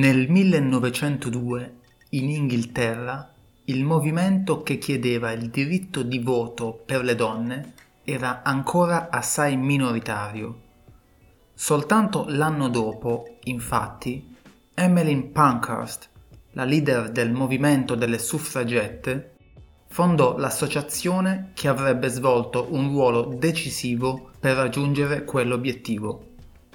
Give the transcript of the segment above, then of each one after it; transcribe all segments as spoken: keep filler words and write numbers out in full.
Nel millenovecentodue, in Inghilterra, il movimento che chiedeva il diritto di voto per le donne era ancora assai minoritario. Soltanto l'anno dopo, infatti, Emmeline Pankhurst, la leader del movimento delle suffragette, fondò l'associazione che avrebbe svolto un ruolo decisivo per raggiungere quell'obiettivo.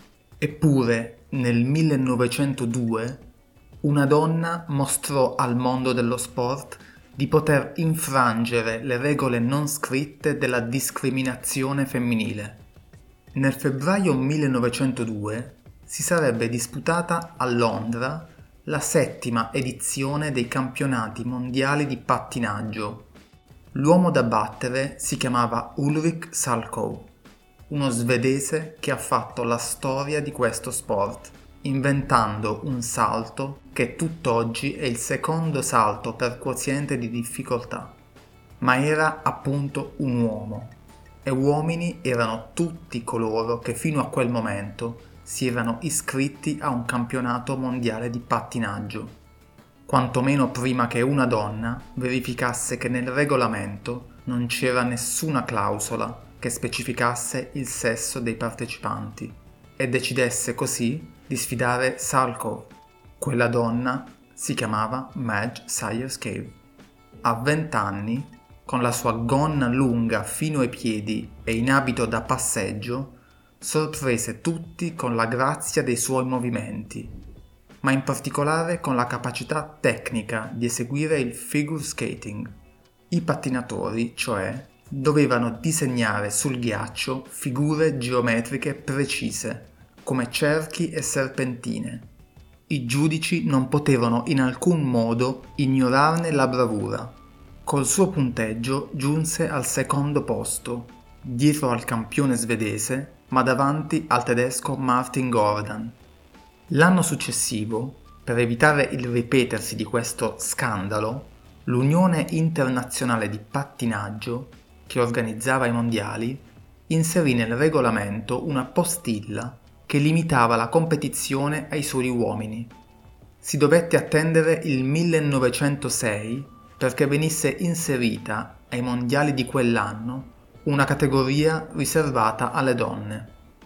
Eppure, nel millenovecentodue, una donna mostrò al mondo dello sport di poter infrangere le regole non scritte della discriminazione femminile. Nel febbraio millenovecentodue si sarebbe disputata a Londra la settima edizione dei campionati mondiali di pattinaggio. L'uomo da battere si chiamava Ulrik Salchow, uno svedese che ha fatto la storia di questo sport, inventando un salto che tutt'oggi è il secondo salto per quoziente di difficoltà. Ma era appunto un uomo, e uomini erano tutti coloro che fino a quel momento si erano iscritti a un campionato mondiale di pattinaggio, quantomeno prima che una donna verificasse che nel regolamento non c'era nessuna clausola che specificasse il sesso dei partecipanti e decidesse così di sfidare Salchow. Quella donna si chiamava Madge Sayers Cave. A vent'anni, con la sua gonna lunga fino ai piedi e in abito da passeggio, sorprese tutti con la grazia dei suoi movimenti, ma in particolare con la capacità tecnica di eseguire il figure skating. I pattinatori, cioè, dovevano disegnare sul ghiaccio figure geometriche precise, come cerchi e serpentine. I giudici non potevano in alcun modo ignorarne la bravura. Col suo punteggio giunse al secondo posto, dietro al campione svedese, ma davanti al tedesco Martin Gordon. L'anno successivo, per evitare il ripetersi di questo scandalo, l'Unione Internazionale di Pattinaggio, che organizzava i mondiali, inserì nel regolamento una postilla che limitava la competizione ai soli uomini. Si dovette attendere il millenovecentosei perché venisse inserita ai mondiali di quell'anno una categoria riservata alle donne.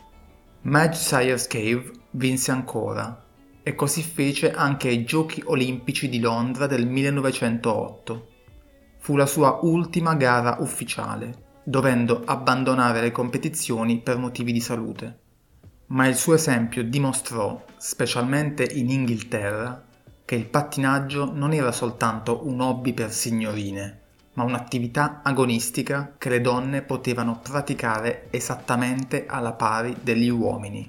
Madge Sayers Cave vinse ancora, e così fece anche ai Giochi Olimpici di Londra del millenovecentootto. Fu la sua ultima gara ufficiale, dovendo abbandonare le competizioni per motivi di salute. Ma il suo esempio dimostrò, specialmente in Inghilterra, che il pattinaggio non era soltanto un hobby per signorine, ma un'attività agonistica che le donne potevano praticare esattamente alla pari degli uomini.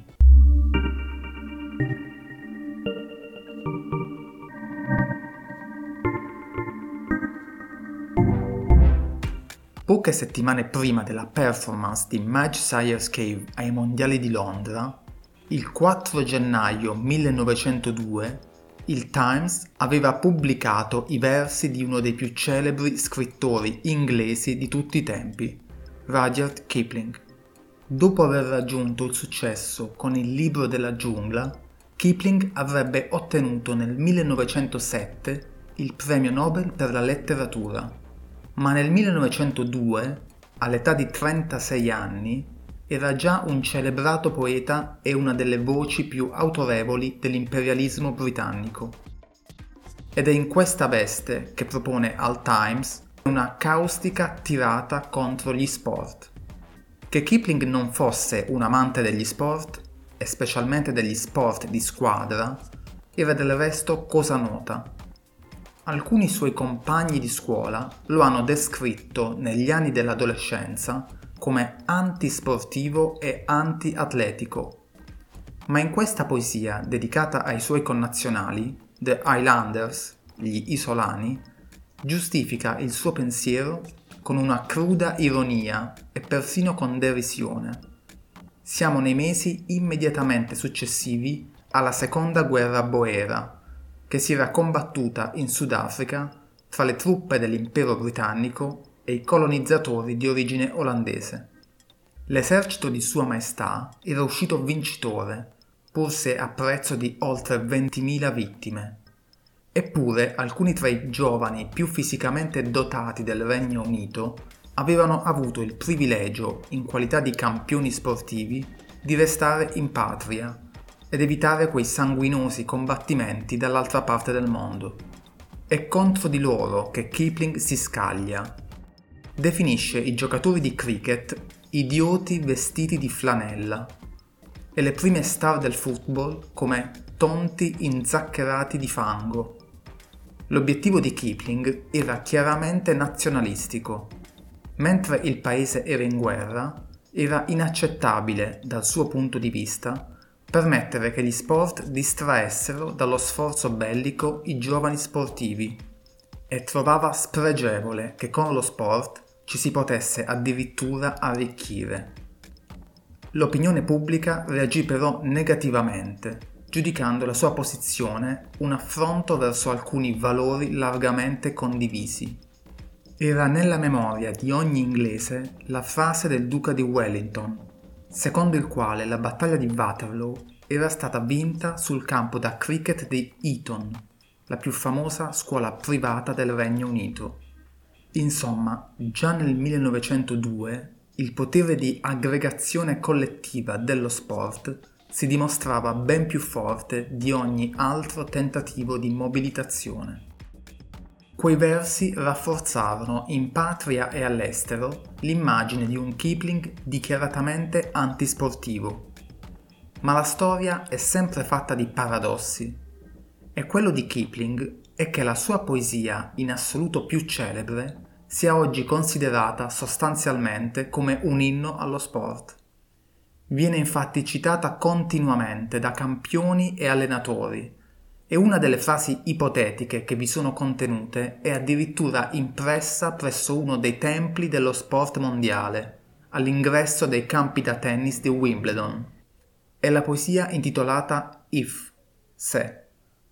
Poche settimane prima della performance di Madge Sayers Cave ai Mondiali di Londra, il quattro gennaio millenovecentodue, il Times aveva pubblicato i versi di uno dei più celebri scrittori inglesi di tutti i tempi, Rudyard Kipling. Dopo aver raggiunto il successo con il Libro della giungla, Kipling avrebbe ottenuto nel millenovecentosette il premio Nobel per la letteratura. Ma nel millenovecentodue, all'età di trentasei anni, era già un celebrato poeta e una delle voci più autorevoli dell'imperialismo britannico. Ed è in questa veste che propone al Times una caustica tirata contro gli sport. Che Kipling non fosse un amante degli sport, e specialmente degli sport di squadra, era del resto cosa nota. Alcuni suoi compagni di scuola lo hanno descritto negli anni dell'adolescenza come antisportivo e anti-atletico. Ma in questa poesia dedicata ai suoi connazionali, The Highlanders, gli isolani, giustifica il suo pensiero con una cruda ironia e persino con derisione. Siamo nei mesi immediatamente successivi alla seconda guerra boera, che si era combattuta in Sudafrica tra le truppe dell'impero britannico e i colonizzatori di origine olandese. L'esercito di Sua Maestà era uscito vincitore, pur se a prezzo di oltre ventimila vittime. Eppure alcuni tra i giovani più fisicamente dotati del Regno Unito avevano avuto il privilegio, in qualità di campioni sportivi, di restare in patria ed evitare quei sanguinosi combattimenti dall'altra parte del mondo. È contro di loro che Kipling si scaglia. Definisce i giocatori di cricket idioti vestiti di flanella e le prime star del football come tonti inzaccherati di fango. L'obiettivo di Kipling era chiaramente nazionalistico. Mentre il paese era in guerra, era inaccettabile, dal suo punto di vista, permettere che gli sport distraessero dallo sforzo bellico i giovani sportivi e trovava spregevole che con lo sport ci si potesse addirittura arricchire. L'opinione pubblica reagì però negativamente, giudicando la sua posizione un affronto verso alcuni valori largamente condivisi. Era nella memoria di ogni inglese la frase del duca di Wellington, secondo il quale la battaglia di Waterloo era stata vinta sul campo da cricket di Eton, la più famosa scuola privata del Regno Unito. Insomma, già nel millenovecentodue il potere di aggregazione collettiva dello sport si dimostrava ben più forte di ogni altro tentativo di mobilitazione. Quei versi rafforzarono in patria e all'estero l'immagine di un Kipling dichiaratamente antisportivo. Ma la storia è sempre fatta di paradossi, e quello di Kipling è che la sua poesia in assoluto più celebre sia oggi considerata sostanzialmente come un inno allo sport. Viene infatti citata continuamente da campioni e allenatori, e una delle frasi ipotetiche che vi sono contenute è addirittura impressa presso uno dei templi dello sport mondiale, all'ingresso dei campi da tennis di Wimbledon. È la poesia intitolata If, se.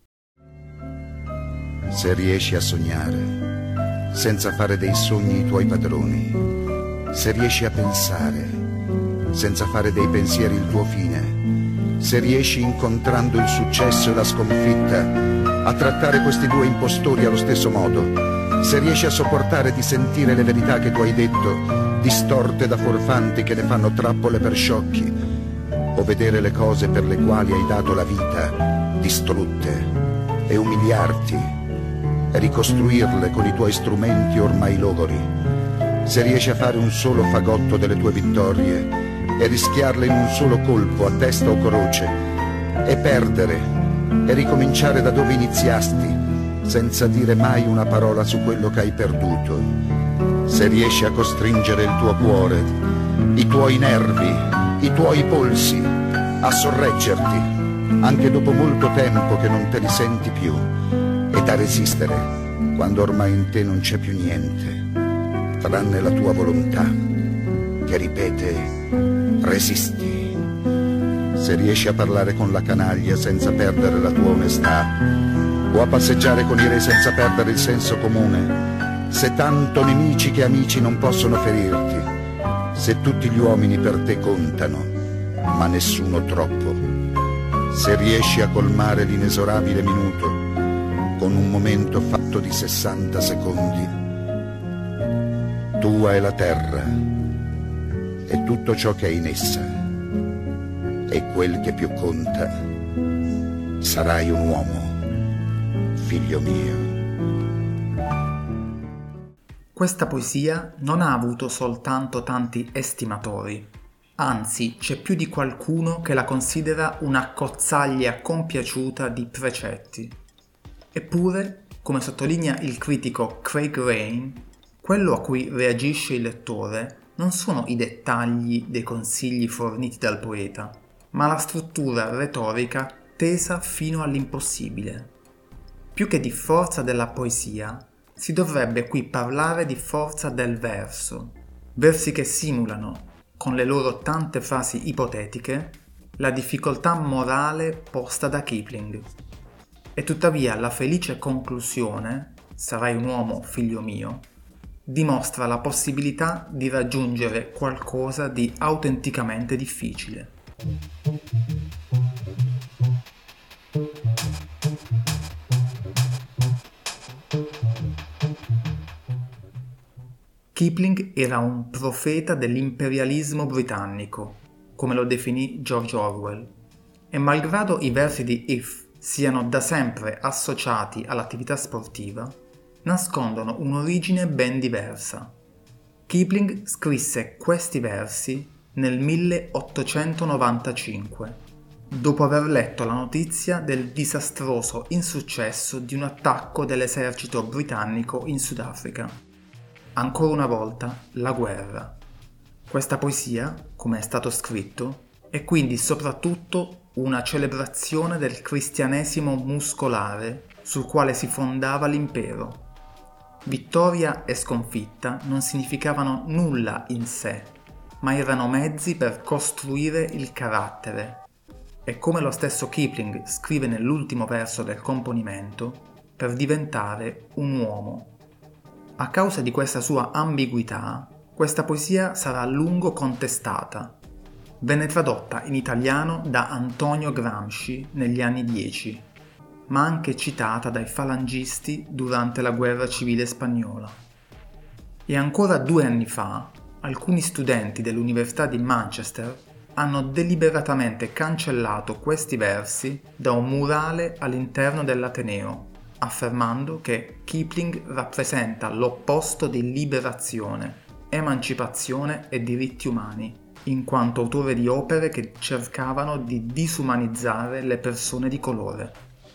Se riesci a sognare, senza fare dei sogni i tuoi padroni, se riesci a pensare, senza fare dei pensieri il tuo fine, se riesci incontrando il successo e la sconfitta a trattare questi due impostori allo stesso modo, se riesci a sopportare di sentire le verità che tu hai detto, distorte da furfanti che ne fanno trappole per sciocchi, o vedere le cose per le quali hai dato la vita distrutte e umiliarti e ricostruirle con i tuoi strumenti ormai logori, se riesci a fare un solo fagotto delle tue vittorie e rischiarle in un solo colpo a testa o croce e perdere e ricominciare da dove iniziasti senza dire mai una parola su quello che hai perduto, se riesci a costringere il tuo cuore, i tuoi nervi, i tuoi polsi a sorreggerti anche dopo molto tempo che non te li senti più ed a resistere quando ormai in te non c'è più niente tranne la tua volontà che ripete resisti, se riesci a parlare con la canaglia senza perdere la tua onestà o a passeggiare con i re senza perdere il senso comune, se tanto nemici che amici non possono ferirti, se tutti gli uomini per te contano ma nessuno troppo, se riesci a colmare l'inesorabile minuto con un momento fatto di sessanta secondi, tua è la terra e tutto ciò che è in essa, e quel che più conta, sarai un uomo, figlio mio. Questa poesia non ha avuto soltanto tanti estimatori, anzi c'è più di qualcuno che la considera una cozzaglia compiaciuta di precetti. Eppure, come sottolinea il critico Craig Rain, quello a cui reagisce il lettore non sono i dettagli dei consigli forniti dal poeta, ma la struttura retorica tesa fino all'impossibile. Più che di forza della poesia, si dovrebbe qui parlare di forza del verso, versi che simulano, con le loro tante frasi ipotetiche, la difficoltà morale posta da Kipling. E tuttavia la felice conclusione, sarai un uomo, figlio mio, dimostra la possibilità di raggiungere qualcosa di autenticamente difficile. Kipling era un profeta dell'imperialismo britannico, come lo definì George Orwell, e malgrado i versi di If siano da sempre associati all'attività sportiva, nascondono un'origine ben diversa. Kipling scrisse questi versi nel milleottocentonovantacinque, dopo aver letto la notizia del disastroso insuccesso di un attacco dell'esercito britannico in Sudafrica. Ancora una volta, la guerra. Questa poesia, come è stato scritto, è quindi soprattutto una celebrazione del cristianesimo muscolare sul quale si fondava l'impero. Vittoria e sconfitta non significavano nulla in sé, ma erano mezzi per costruire il carattere. E come lo stesso Kipling scrive nell'ultimo verso del componimento, per diventare un uomo. A causa di questa sua ambiguità, questa poesia sarà a lungo contestata. Venne tradotta in italiano da Antonio Gramsci negli anni dieci, ma anche citata dai falangisti durante la guerra civile spagnola. E ancora due anni fa, alcuni studenti dell'Università di Manchester hanno deliberatamente cancellato questi versi da un murale all'interno dell'Ateneo, affermando che Kipling rappresenta l'opposto di liberazione, emancipazione e diritti umani, in quanto autore di opere che cercavano di disumanizzare le persone di colore.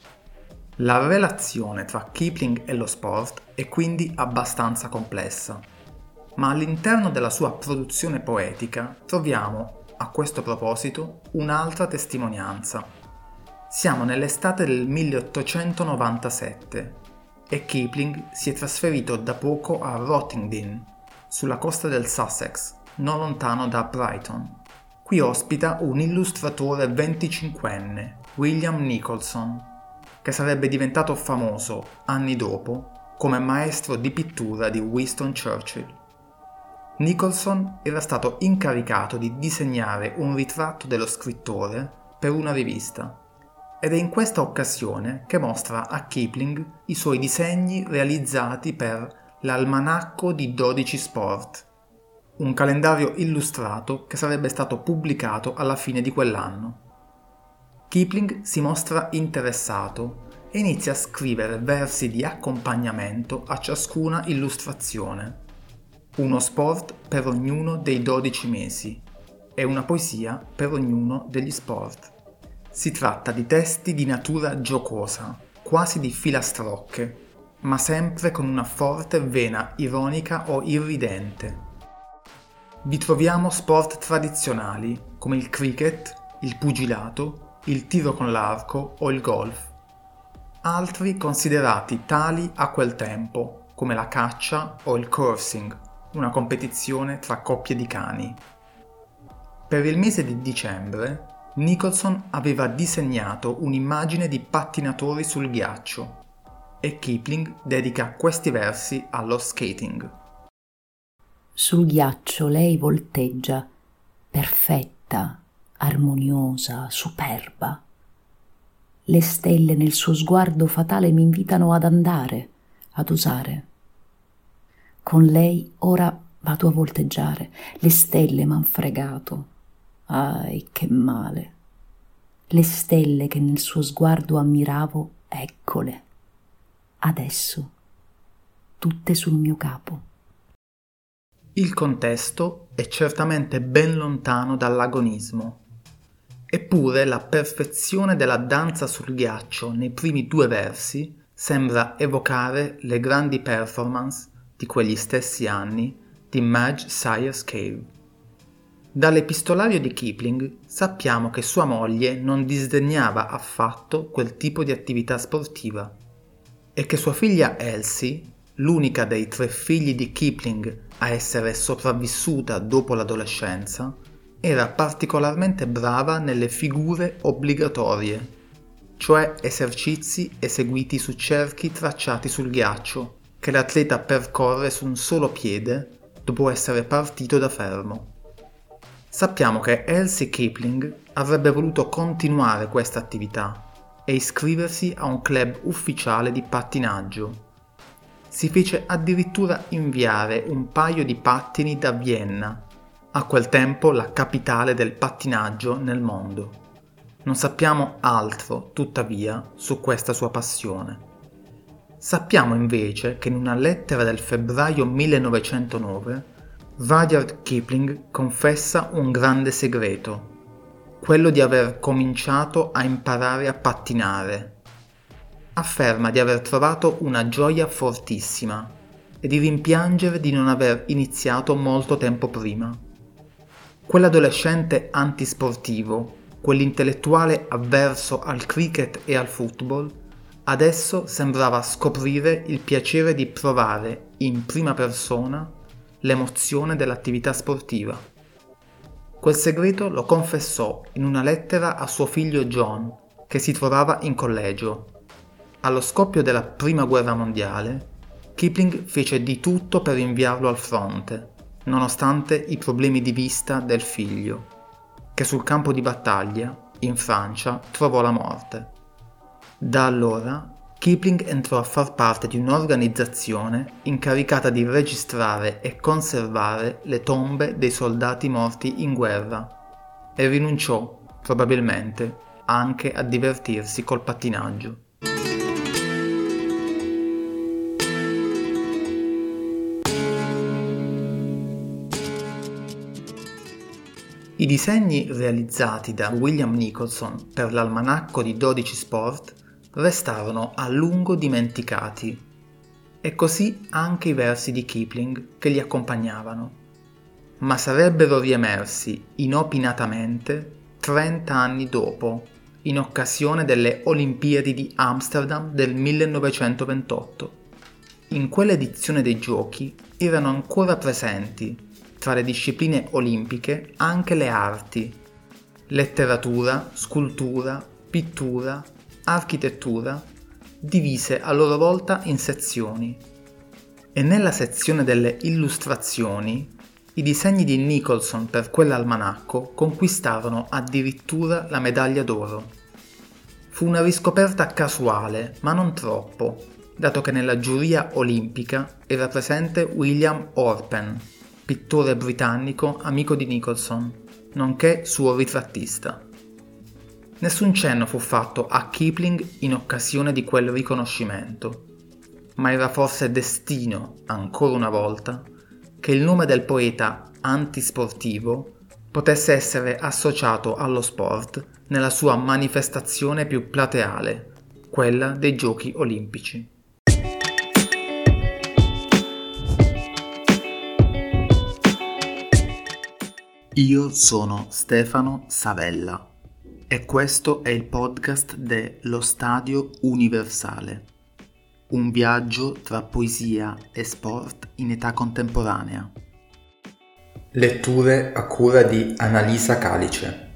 La relazione tra Kipling e lo sport è quindi abbastanza complessa, ma all'interno della sua produzione poetica troviamo, a questo proposito, un'altra testimonianza. Siamo nell'estate del milleottocentonovantasette e Kipling si è trasferito da poco a Rottingdean, sulla costa del Sussex, non lontano da Brighton. Qui ospita un illustratore venticinquenne, William Nicholson, che sarebbe diventato famoso anni dopo come maestro di pittura di Winston Churchill. Nicholson era stato incaricato di disegnare un ritratto dello scrittore per una rivista ed è in questa occasione che mostra a Kipling i suoi disegni realizzati per l'Almanacco di dodici Sport, un calendario illustrato che sarebbe stato pubblicato alla fine di quell'anno. Kipling si mostra interessato e inizia a scrivere versi di accompagnamento a ciascuna illustrazione. Uno sport per ognuno dei dodici mesi e una poesia per ognuno degli sport. Si tratta di testi di natura giocosa, quasi di filastrocche, ma sempre con una forte vena ironica o irridente. Vi troviamo sport tradizionali come il cricket, il pugilato, il tiro con l'arco o il golf. Altri considerati tali a quel tempo, come la caccia o il coursing, una competizione tra coppie di cani. Per il mese di dicembre, Nicholson aveva disegnato un'immagine di pattinatori sul ghiaccio e Kipling dedica questi versi allo skating. Sul ghiaccio lei volteggia, perfetta, armoniosa, superba. Le stelle nel suo sguardo fatale mi invitano ad andare, ad osare. Con lei ora vado a volteggiare, le stelle m'han fregato. Ai, che male! Le stelle che nel suo sguardo ammiravo, eccole, adesso, tutte sul mio capo. Il contesto è certamente ben lontano dall'agonismo. Eppure la perfezione della danza sul ghiaccio nei primi due versi sembra evocare le grandi performance di quegli stessi anni di Madge Sayers Cave. Dall'epistolario di Kipling sappiamo che sua moglie non disdegnava affatto quel tipo di attività sportiva e che sua figlia Elsie, l'unica dei tre figli di Kipling a essere sopravvissuta dopo l'adolescenza, era particolarmente brava nelle figure obbligatorie, cioè esercizi eseguiti su cerchi tracciati sul ghiaccio che l'atleta percorre su un solo piede dopo essere partito da fermo. Sappiamo che Elsie Kipling avrebbe voluto continuare questa attività e iscriversi a un club ufficiale di pattinaggio, si fece addirittura inviare un paio di pattini da Vienna, a quel tempo la capitale del pattinaggio nel mondo. Non sappiamo altro, tuttavia, su questa sua passione. Sappiamo invece che in una lettera del febbraio millenovecentonove Rudyard Kipling confessa un grande segreto, quello di aver cominciato a imparare a pattinare. Afferma di aver trovato una gioia fortissima e di rimpiangere di non aver iniziato molto tempo prima. Quell'adolescente antisportivo, quell'intellettuale avverso al cricket e al football, adesso sembrava scoprire il piacere di provare in prima persona l'emozione dell'attività sportiva. Quel segreto lo confessò in una lettera a suo figlio John, che si trovava in collegio. Allo scoppio della Prima Guerra Mondiale, Kipling fece di tutto per inviarlo al fronte, nonostante i problemi di vista del figlio, che sul campo di battaglia, in Francia, trovò la morte. Da allora, Kipling entrò a far parte di un'organizzazione incaricata di registrare e conservare le tombe dei soldati morti in guerra e rinunciò, probabilmente, anche a divertirsi col pattinaggio. I disegni realizzati da William Nicholson per l'almanacco di dodici sport restarono a lungo dimenticati, e così anche i versi di Kipling che li accompagnavano, ma sarebbero riemersi inopinatamente trenta anni dopo, in occasione delle Olimpiadi di Amsterdam del millenovecentoventotto. In quell'edizione dei giochi erano ancora presenti, tra le discipline olimpiche, anche le arti: letteratura, scultura, pittura, architettura, divise a loro volta in sezioni. E nella sezione delle illustrazioni, i disegni di Nicholson per quell'almanacco conquistarono addirittura la medaglia d'oro. Fu una riscoperta casuale, ma non troppo, dato che nella giuria olimpica era presente William Orpen, pittore britannico amico di Nicholson, nonché suo ritrattista. Nessun cenno fu fatto a Kipling in occasione di quel riconoscimento, ma era forse destino, ancora una volta, che il nome del poeta antisportivo potesse essere associato allo sport nella sua manifestazione più plateale, quella dei Giochi Olimpici. Io sono Stefano Savella e questo è il podcast de Lo Stadio Universale, un viaggio tra poesia e sport in età contemporanea. Letture a cura di Annalisa Calice.